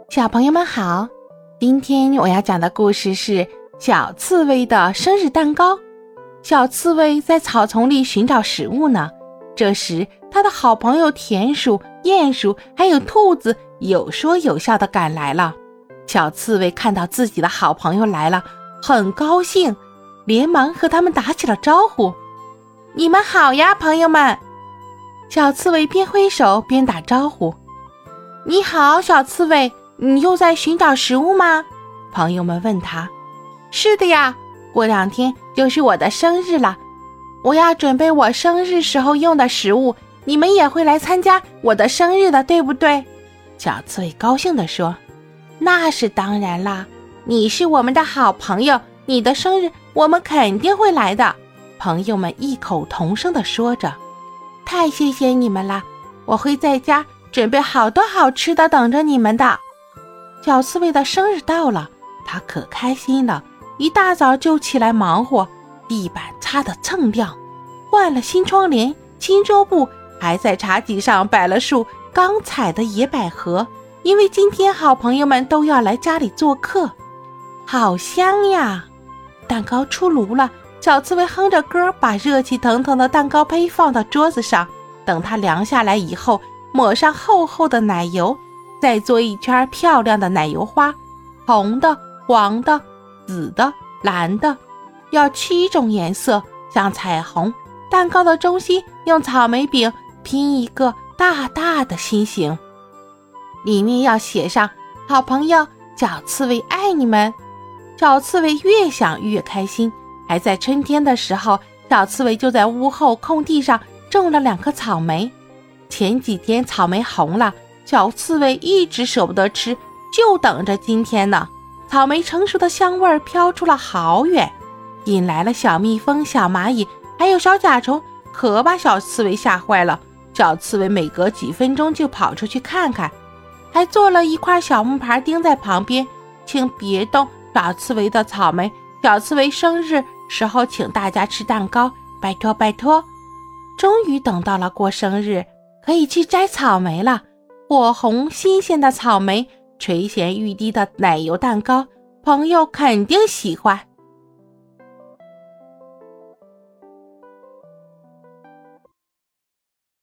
小朋友们好，今天我要讲的故事是小刺猬的生日蛋糕。小刺猬在草丛里寻找食物呢，这时他的好朋友田鼠、鼹鼠还有兔子有说有笑地赶来了。小刺猬看到自己的好朋友来了，很高兴，连忙和他们打起了招呼。你们好呀，朋友们！小刺猬边挥手边打招呼。你好，小刺猬，你又在寻找食物吗？朋友们问他。是的呀，过2天就是我的生日了，我要准备我生日时候用的食物，你们也会来参加我的生日的，对不对？小刺猬高兴地说。那是当然啦，你是我们的好朋友，你的生日我们肯定会来的，朋友们异口同声地说着。太谢谢你们啦，我会在家准备好多好吃的等着你们的。小刺猬的生日到了，他可开心了，一大早就起来忙活，地板擦得锃亮，换了新窗帘、新桌布，还在茶几上摆了束刚采的野百合，因为今天好朋友们都要来家里做客。好香呀！蛋糕出炉了，小刺猬哼着歌，把热气腾腾的蛋糕胚放到桌子上，等它凉下来以后，抹上厚厚的奶油，再做一圈漂亮的奶油花，红的、黄的、紫的、蓝的，要7种颜色，像彩虹。蛋糕的中心用草莓饼拼一个大大的心形，里面要写上好朋友小刺猬爱你们。小刺猬越想越开心，还在春天的时候，小刺猬就在屋后空地上种了2颗草莓。前几天草莓红了，小刺猬一直舍不得吃，就等着今天呢。草莓成熟的香味飘出了好远，引来了小蜜蜂、小蚂蚁还有小甲虫，可把小刺猬吓坏了。小刺猬每隔几分钟就跑出去看看，还做了一块小木牌钉在旁边，请别动小刺猬的草莓，小刺猬生日时候请大家吃蛋糕，拜托拜托。终于等到了过生日，可以去摘草莓了。火红新鲜的草莓，垂涎欲滴的奶油蛋糕，朋友肯定喜欢。